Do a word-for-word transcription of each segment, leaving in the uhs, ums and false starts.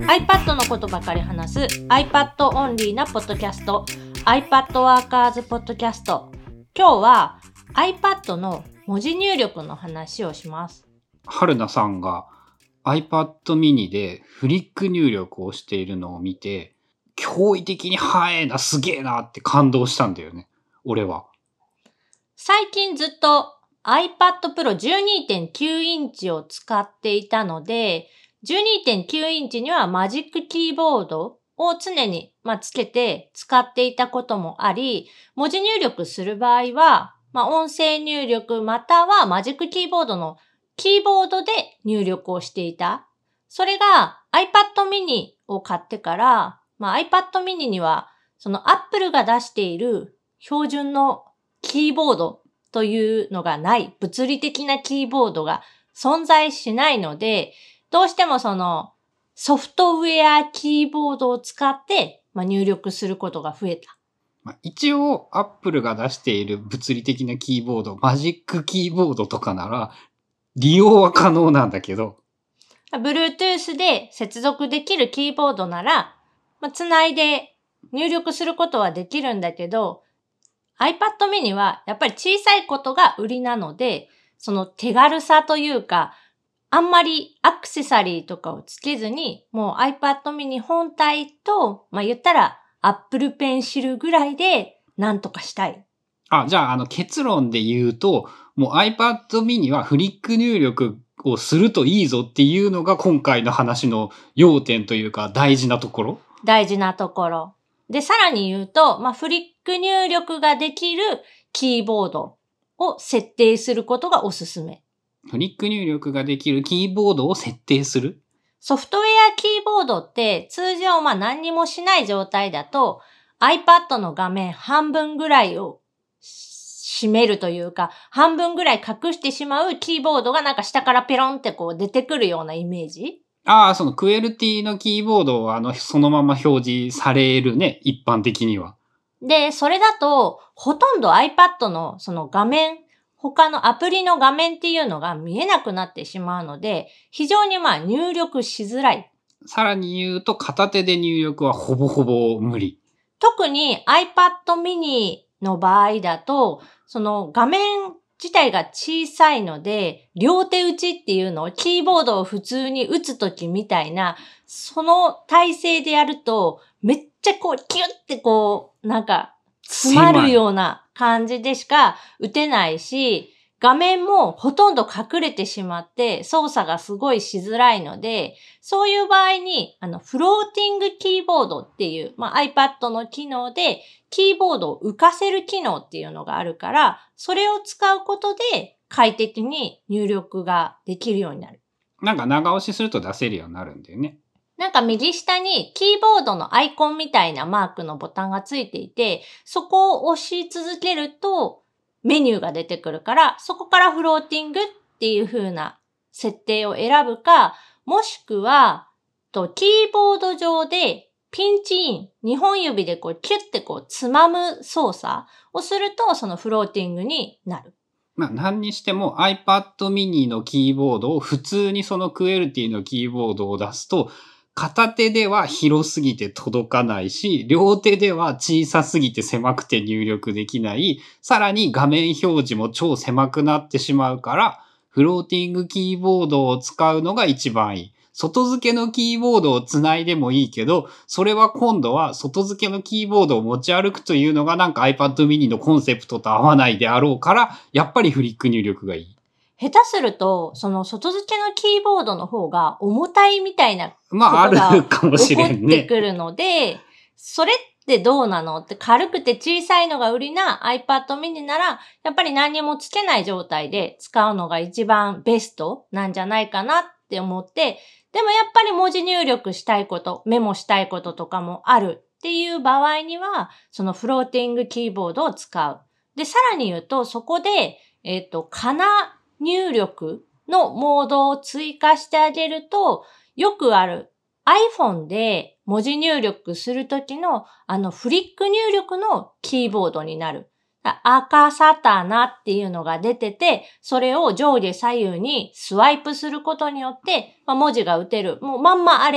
iPad のことばかり話す iPad オンリーなポッドキャスト iPad ワーカーズポッドキャスト。今日は iPad の文字入力の話をします。 春菜さんが iPad mini でフリック入力をしているのを見て、驚異的に速えな、すげえなって感動したんだよね、俺は。 最近ずっと iPad Pro じゅうにてんきゅうインチを使っていたので、じゅうにてんきゅうインチにはマジックキーボードを常に、まあ、つけて使っていたこともあり、文字入力する場合は、まあ、音声入力またはマジックキーボードのキーボードで入力をしていた。それが iPad mini を買ってから、まあ、iPad mini にはその Apple が出している標準のキーボードというのがない、物理的なキーボードが存在しないので、どうしてもそのソフトウェアキーボードを使って、まあ、入力することが増えた。 まあ、一応 Apple が出している物理的なキーボード、マジックキーボードとかなら利用は可能なんだけど、 Bluetooth で接続できるキーボードなら、まあ、つないで入力することはできるんだけど、iPad mini はやっぱり小さいことが売りなので、その手軽さというか、あんまりアクセサリーとかをつけずに、もう iPad mini 本体と、まあ、言ったら Apple Pencil ぐらいでなんとかしたい。 あ、じゃあ、あの結論で言うと、もう iPad mini はフリック入力をするといいぞっていうのが今回の話の要点というか大事なところ。 大事なところ。で、さらに言うと、まあ、フリック入力ができるキーボードを設定することがおすすめ。 フリック入力ができるキーボードを設定する？ ソフトウェアキーボードって通常まあ何にもしない状態だと iPad の画面半分ぐらいを閉めるというか半分ぐらい隠してしまうキーボードがなんか下からペロンってこう出てくるようなイメージ？ ああ、そのクエルティのキーボードはあのそのまま表示されるね、一般的には。 で、それだとほとんど iPad のその画面他のアプリの画面っていうのが見えなくなってしまうので、非常にまあ入力しづらい。 さらに言うと片手で入力はほぼほぼ無理。 特に iPad mini の場合だと、その画面自体が小さいので、両手打ちっていうのをキーボードを普通に打つときみたいな、その体勢でやると、めっちゃこうキュッてこう、なんか詰まるような感じでしか打てないし、画面もほとんど隠れてしまって操作がすごいしづらいので、そういう場合にあのフローティングキーボードっていう、まあ、iPad の機能でキーボードを浮かせる機能っていうのがあるから、それを使うことで快適に入力ができるようになる。 なんか長押しすると出せるようになるんだよね。 なんか右下にキーボードのアイコンみたいなマークのボタンがついていて、そこを押し続けるとメニューが出てくるから、そこからフローティングっていう風な設定を選ぶか、もしくは、とキーボード上でピンチイン、にほん指でこうキュッてこうつまむ操作をすると、そのフローティングになる。 まあ何にしても iPad mini のキーボードを普通にそのクエルティのキーボードを出すと、片手では広すぎて届かないし、両手では小さすぎて狭くて入力できない。さらに画面表示も超狭くなってしまうから、フローティングキーボードを使うのが一番いい。外付けのキーボードをつないでもいいけど、それは今度は外付けのキーボードを持ち歩くというのがなんか iPad mini のコンセプトと合わないであろうから、やっぱりフリック入力がいい。 下手すると、その外付けのキーボードの方が重たいみたいなことが起こってくるので、それってどうなのって軽くて小さいのが売りな iPad mini なら、やっぱり何にもつけない状態で使うのが一番ベストなんじゃないかなって思って、でもやっぱり文字入力したいこと、メモしたいこととかもあるっていう場合には、そのフローティングキーボードを使う。で、さらに言うと、そこで、えっと、かな入力のモードを追加してあげると、よくある iPhone で文字入力するときのあのフリック入力のキーボードになる。赤サタナっていうのが出てて、それを上下左右にスワイプすることによって、まあ、文字が打てる。もうまんまあれ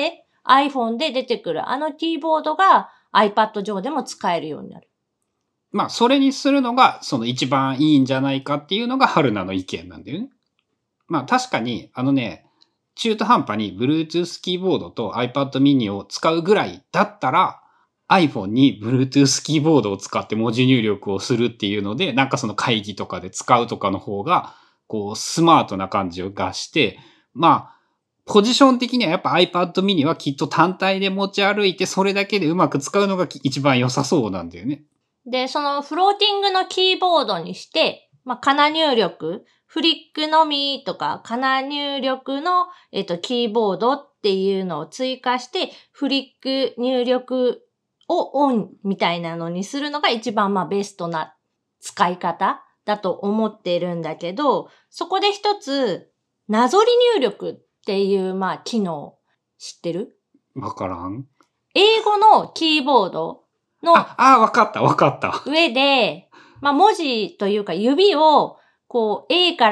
iPhone で出てくるあのキーボードが iPad 上でも使えるようになる。 まあ、それにするのが、その一番いいんじゃないかっていうのが春菜の意見なんだよね。まあ、確かに、あのね、中途半端に Bluetooth キーボードと iPad mini を使うぐらいだったら、iPhone に Bluetooth キーボードを使って文字入力をするっていうので、なんかその会議とかで使うとかの方が、こう、スマートな感じがして、まあ、ポジション的にはやっぱ iPad mini はきっと単体で持ち歩いて、それだけでうまく使うのが一番良さそうなんだよね。 で、そのフローティングのキーボードにして、まあ、かな入力、フリックのみとか、かな入力の、えっと、キーボードっていうのを追加して、フリック入力をオンみたいなのにするのが一番まあベストな使い方だと思ってるんだけど、そこで一つ、なぞり入力っていうまあ機能知ってる？ わからん。 英語のキーボードのあ、あ、わかった、わかった。 上で、まあ文字というか指をこう A から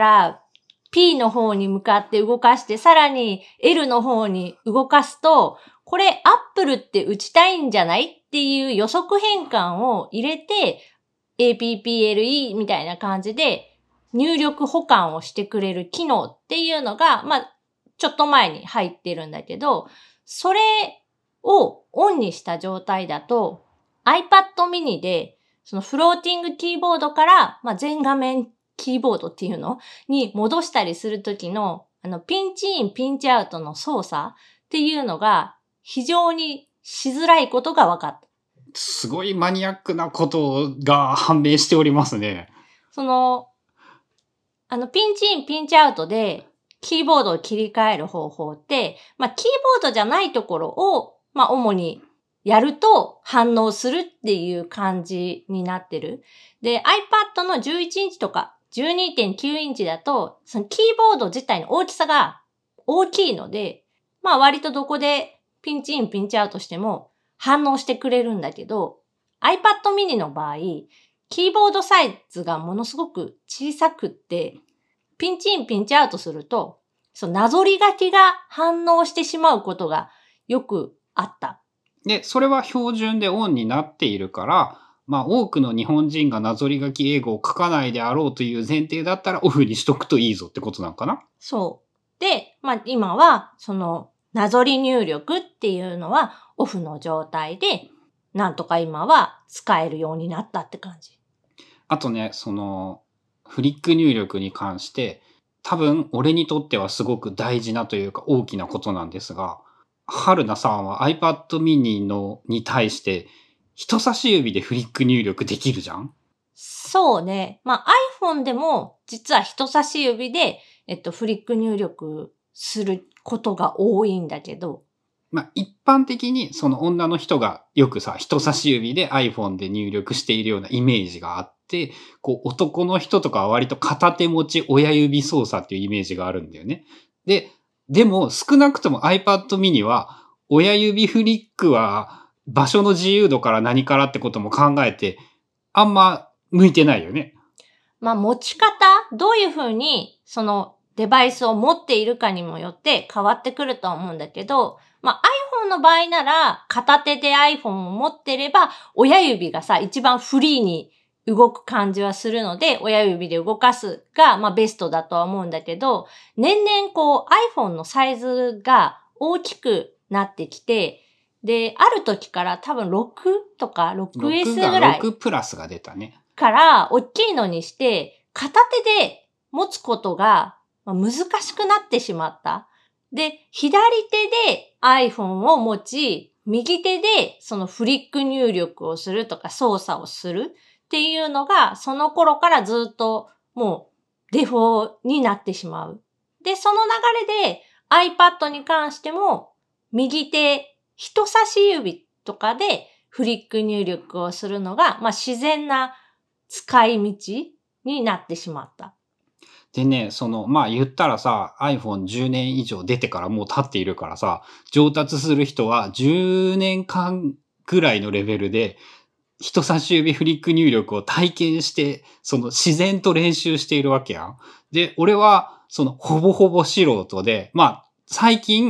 P の方に向かって動かして、さらに L の方に動かすと、これ Apple って打ちたいんじゃないっていう予測変換を入れて、エーピーピーエルイー みたいな感じで入力保管をしてくれる機能っていうのが、まあ、ちょっと前に入ってるんだけど、それをオンにした状態だと iPad mini でそのフローティングキーボードから、まあ、全画面キーボードっていうのに戻したりするときの、あの、ピンチイン、ピンチアウトの操作っていうのが非常にしづらいことが分かった。 すごいマニアックなことが判明しておりますね。 その、あの、ピンチイン、ピンチアウトでキーボードを切り替える方法って、まあ、キーボードじゃないところを、まあ、主にやると反応するっていう感じになってる。で、iPad のじゅういちインチとか じゅうにてんきゅうインチだと、そのキーボード自体の大きさが大きいので、まあ割とどこでピンチイン、ピンチアウトしても反応してくれるんだけど、iPad mini の場合、キーボードサイズがものすごく小さくって、ピンチイン、ピンチアウトすると、そのなぞり書きが反応してしまうことがよくあった。 で、それは標準でオンになっているから、まあ多くの日本人がなぞり書き英語を書かないであろうという前提だったらオフにしとくといいぞってことなのかな？ そう。で、まあ今はそのなぞり入力っていうのはオフの状態で、なんとか今は使えるようになったって感じ。 あとね、そのフリック入力に関して、多分俺にとってはすごく大事なというか大きなことなんですが、春菜さんは iPad mini のに対して人差し指でフリック入力できるじゃん？ そうね。まあ iPhone でも実は人差し指で、えっと、フリック入力することが多いんだけど。 まあ一般的にその女の人がよくさ、人差し指で iPhone で入力しているようなイメージがあって、こう男の人とかは割と片手持ち親指操作っていうイメージがあるんだよね。で、でも少なくとも iPad mini は親指フリックは場所の自由度から何からってことも考えてあんま向いてないよね。 まあ持ち方、どういうふうにそのデバイスを持っているかにもよって変わってくると思うんだけど、まあ iPhone の場合なら片手で iPhone を持ってれば親指がさ一番フリーに動く感じはするので、親指で動かすが、まあベストだとは思うんだけど、年々こう iPhone のサイズが大きくなってきて、で、ある時から多分ろくとか ろくエス ぐらい。 ろくプラスが出たね。 から大きいのにして、片手で持つことが難しくなってしまった。で、左手で iPhone を持ち、右手でそのフリック入力をするとか操作をする。っていうのが、その頃からずっともうデフォになってしまう。で、その流れで iPad に関しても、右手、人差し指とかでフリック入力をするのが、まあ自然な使い道になってしまった。 でね、その、まあ言ったらさ、iPhone じゅうねん以上出てからもう経っているからさ、上達する人はじゅうねんかんぐらいのレベルで、人差し指フリック入力を体験して、その自然と練習しているわけやん。で、俺は、そのほぼほぼ素人で、まあ、最近、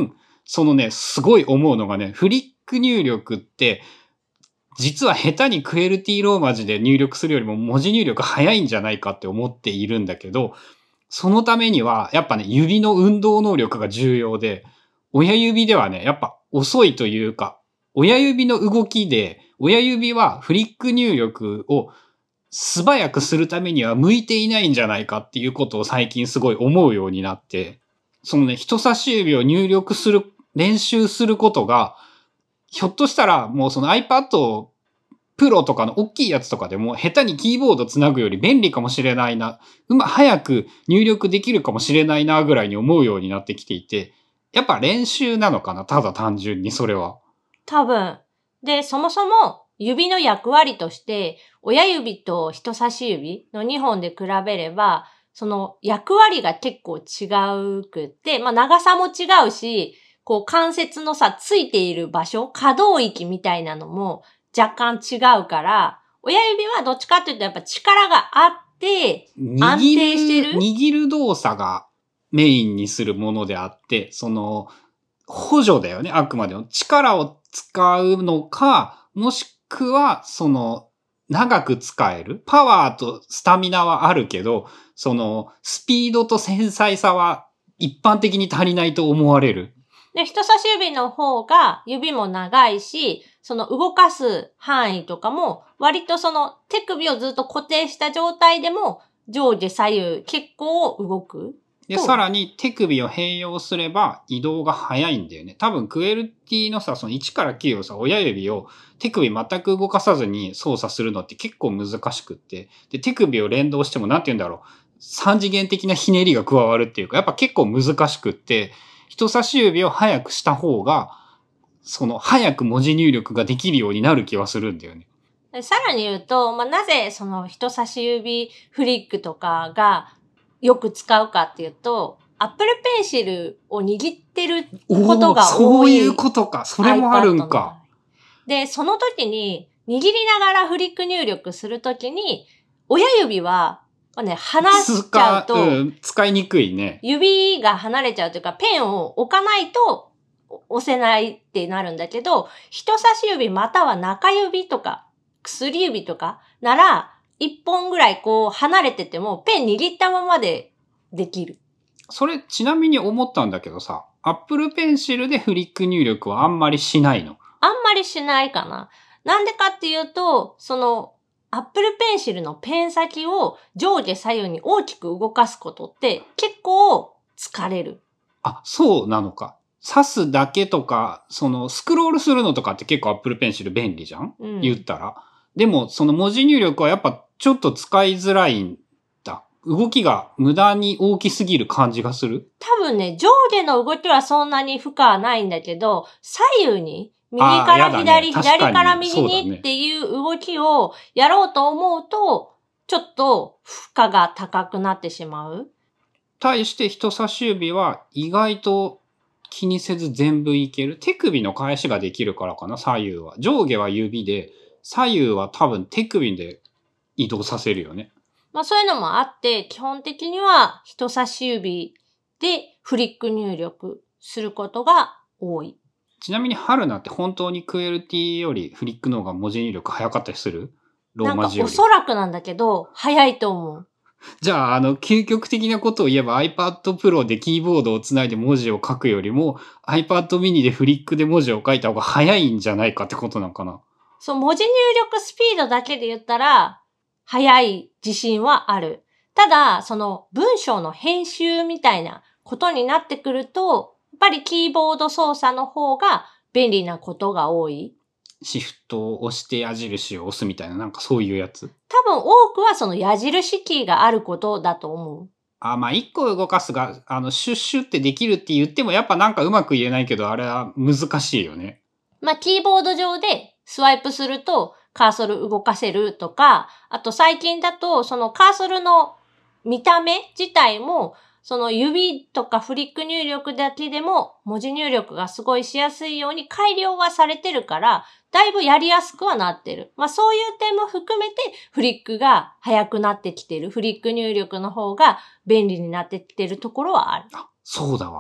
そのね、すごい思うのがね、フリック入力って、実は下手にクエルティローマ字で入力するよりも文字入力早いんじゃないかって思っているんだけど、そのためには、やっぱね、指の運動能力が重要で、親指ではね、やっぱ遅いというか、親指の動きで、親指はフリック入力を素早くするためには向いていないんじゃないかっていうことを最近すごい思うようになって、そのね、人差し指を入力する、練習することが、ひょっとしたらもうその iPad Pro とかの大きいやつとかでも下手にキーボードつなぐより便利かもしれないな、うま、早く入力できるかもしれないなぐらいに思うようになってきていて、やっぱ練習なのかな、ただ単純にそれは。 多分。で、そもそも指の役割として、親指と人差し指のにほんで比べれば、その役割が結構違うくって、まあ長さも違うし、こう関節のさ、ついている場所、可動域みたいなのも若干違うから、親指はどっちかっていうとやっぱ力があって、安定してる。 握る動作がメインにするものであって、その、補助だよね、あくまでも。力を使うのか、もしくは、その、長く使える。パワーとスタミナはあるけど、その、スピードと繊細さは一般的に足りないと思われる。 で、人差し指の方が指も長いし、その動かす範囲とかも、割とその手首をずっと固定した状態でも、上下左右結構動く。 で、さらに手首を併用すれば移動が早いんだよね。多分クエルティのさ、そのいちからきゅうをさ、親指を手首全く動かさずに操作するのって結構難しくって。で、手首を連動してもなんて言うんだろう。三次元的なひねりが加わるっていうか、やっぱ結構難しくって、人差し指を早くした方が、その早く文字入力ができるようになる気はするんだよね。 さらに言うと、まあ、なぜその人差し指フリックとかがよく使うかっていうと、Apple Pencil を握ってることが多い。 そういうことか。それもあるんか。 で、その時に握りながらフリック入力するときに、親指はね、離しちゃうと、うん、 使いにくいね。 指が離れちゃうというか、ペンを置かないと押せないってなるんだけど、人差し指または中指とか、薬指とかなら、一本ぐらいこう離れてても、ペン握ったままでできる。 それちなみに思ったんだけどさ、Apple Pencil でフリック入力はあんまりしないの？ あんまりしないかな。なんでかっていうと、その、Apple Pencil のペン先を上下左右に大きく動かすことって結構疲れる。 あ、そうなのか。刺すだけとか、そのスクロールするのとかって結構 Apple Pencil 便利じゃん、うん、言ったら。でもその文字入力はやっぱちょっと使いづらいんだ。動きが無駄に大きすぎる感じがする。 多分ね、上下の動きはそんなに負荷はないんだけど、左右に右から左、ね、左から右にっていう動きをやろうと思うと、ちょっと負荷が高くなってしまう。 対して人差し指は意外と気にせず全部いける。手首の返しができるからかな、左右は。上下は指で、左右は多分手首で移動させるよね。 まあそういうのもあって、基本的には人差し指でフリック入力することが多い。 ちなみに春菜って本当にクエルティよりフリックの方が文字入力早かったりする？ローマ字より。 なんかおそらくなんだけど、早いと思う。 じゃあ、あの、究極的なことを言えば iPad Pro でキーボードをつないで文字を書くよりも iPad mini でフリックで文字を書いた方が早いんじゃないかってことなのかな？ そう、文字入力スピードだけで言ったら、早い自信はある。ただ、その文章の編集みたいなことになってくると、やっぱりキーボード操作の方が便利なことが多い。 シフトを押して矢印を押すみたいな、なんかそういうやつ？ 多分多くはその矢印キーがあることだと思う。 あ、まあ一個動かすが、あの、シュッシュってできるって言ってもやっぱなんかうまく言えないけど、あれは難しいよね。 まあキーボード上でスワイプするとカーソル動かせるとか、あと最近だとそのカーソルの見た目自体もその指とかフリック入力だけでも文字入力がすごいしやすいように改良はされてるから、だいぶやりやすくはなってる。まあそういう点も含めてフリックが早くなってきてる。フリック入力の方が便利になってきてるところはある。 あ、そうだわ。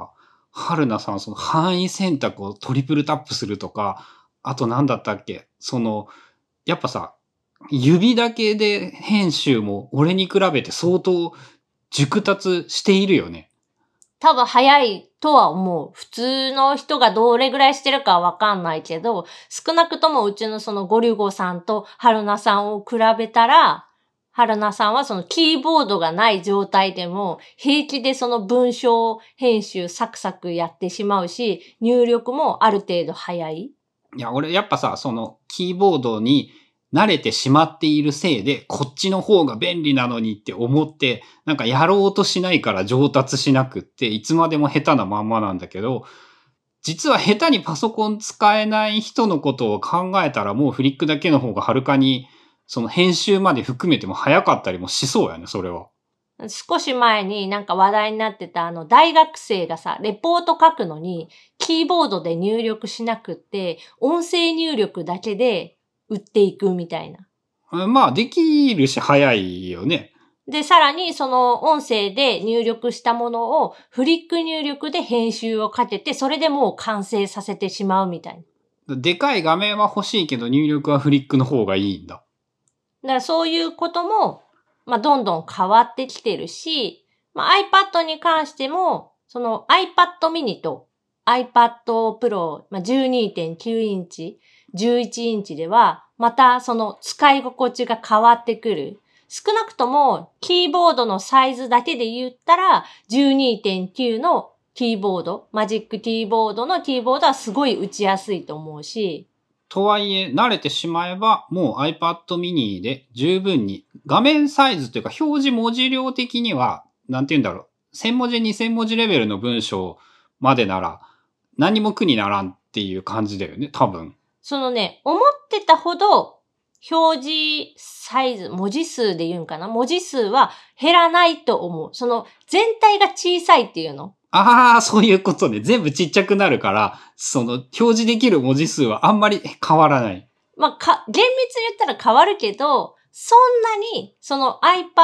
春菜さん、その範囲選択をトリプルタップするとか、あと何だったっけ、その、やっぱさ、指だけで編集も俺に比べて相当熟達しているよね。 多分早いとは思う。普通の人がどれぐらいしてるかはわかんないけど、少なくともうちのそのゴリュゴさんと春菜さんを比べたら、春菜さんはそのキーボードがない状態でも平気でその文章編集サクサクやってしまうし、入力もある程度早い。 いや、俺やっぱさ、そのキーボードに慣れてしまっているせいで、こっちの方が便利なのにって思って、なんかやろうとしないから上達しなくって、いつまでも下手なまんまなんだけど、実は下手にパソコン使えない人のことを考えたら、もうフリックだけの方がはるかに、その編集まで含めても早かったりもしそうやね、それは。 少し前になんか話題になってたあの大学生がさ、レポート書くのにキーボードで入力しなくって、音声入力だけで打っていくみたいな。まあ、できるし早いよね。 で、さらにその音声で入力したものをフリック入力で編集をかけて、それでもう完成させてしまうみたいな。でかい画面は欲しいけど入力はフリックの方がいいんだ。 だからそういうことも、まあ、どんどん変わってきてるし、まあ、iPad に関しても、その iPad mini と iPad Pro、まあ、じゅうにてんきゅう インチ、じゅういちインチでは、またその使い心地が変わってくる。少なくともキーボードのサイズだけで言ったら じゅうにてんきゅう のキーボード、マジックキーボードのキーボードはすごい打ちやすいと思うし。 とはいえ、慣れてしまえばもう iPad mini で十分に画面サイズというか表示文字量的には、なんて言うんだろう。せん文字にせん文字レベルの文章までなら何も苦にならんっていう感じだよね、多分。 そのね、思ってたほど表示サイズ、文字数で言うんかな、文字数は減らないと思う。その全体が小さいっていうの。 ああ、そういうことね。全部ちっちゃくなるから、その表示できる文字数はあんまり変わらない。 まあ、か、厳密に言ったら変わるけど、そんなに、その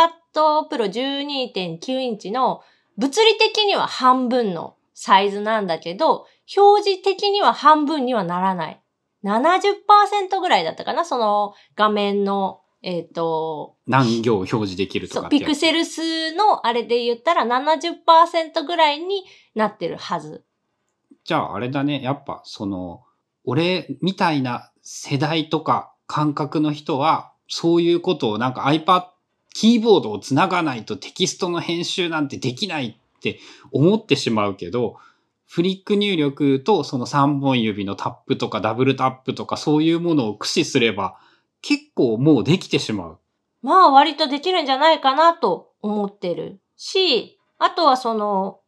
iPad Pro じゅうにてんきゅう インチの物理的には半分のサイズなんだけど、表示的には半分にはならない。ななじゅっパーセント ぐらいだったかな、その画面の、えっと、 何行表示できるとかってそう、ピクセル数のあれで言ったら ななじゅっパーセント ぐらいになってるはず。 じゃああれだね、やっぱその、俺みたいな世代とか感覚の人は、そういうことをなんか iPad、キーボードをつながないとテキストの編集なんてできないって思ってしまうけど、フリック入力とそのさんぼん指のタップとかダブルタップとかそういうものを駆使すれば結構もうできてしまう。 まあ割とできるんじゃないかなと思ってるし、あとはその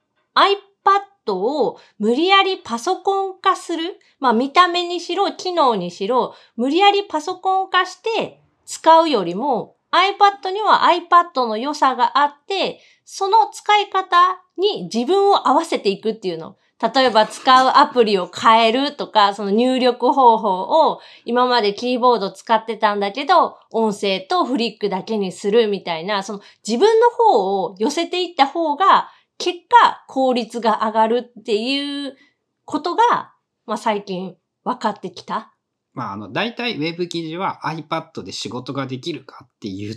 iPad を無理やりパソコン化する。まあ見た目にしろ機能にしろ無理やりパソコン化して使うよりも iPad には iPad の良さがあって、その使い方に自分を合わせていくっていうの。例えば使うアプリを変えるとか、その入力方法を今までキーボード使ってたんだけど、音声とフリックだけにするみたいな、その自分の方を寄せていった方が、結果効率が上がるっていうことが、まあ最近分かってきた。 まああの、大体ウェブ記事は iPad で仕事ができるかって言って、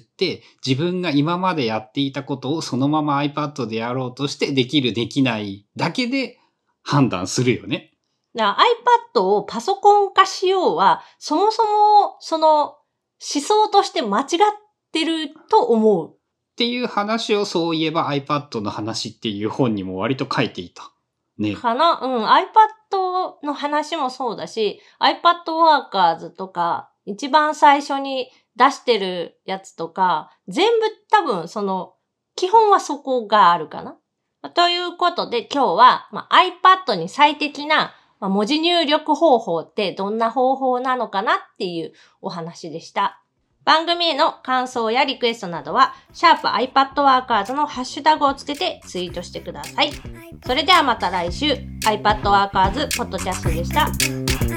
自分が今までやっていたことをそのまま iPad でやろうとしてできるできないだけで、判断するよね。 だから iPad をパソコン化しようは、そもそもその思想として間違ってると思う。 っていう話をそういえば iPad の話っていう本にも割と書いていた。ね。 かな？うん。iPad の話もそうだし、iPad Workers とか、一番最初に出してるやつとか、全部多分その、基本はそこがあるかな。ということで今日は、まあ、iPad に最適な、まあ、文字入力方法ってどんな方法なのかなっていうお話でした。番組への感想やリクエストなどは、シャープ iPadWorkers のハッシュタグをつけてツイートしてください。それではまた来週、iPadWorkers ポッドキャストでした。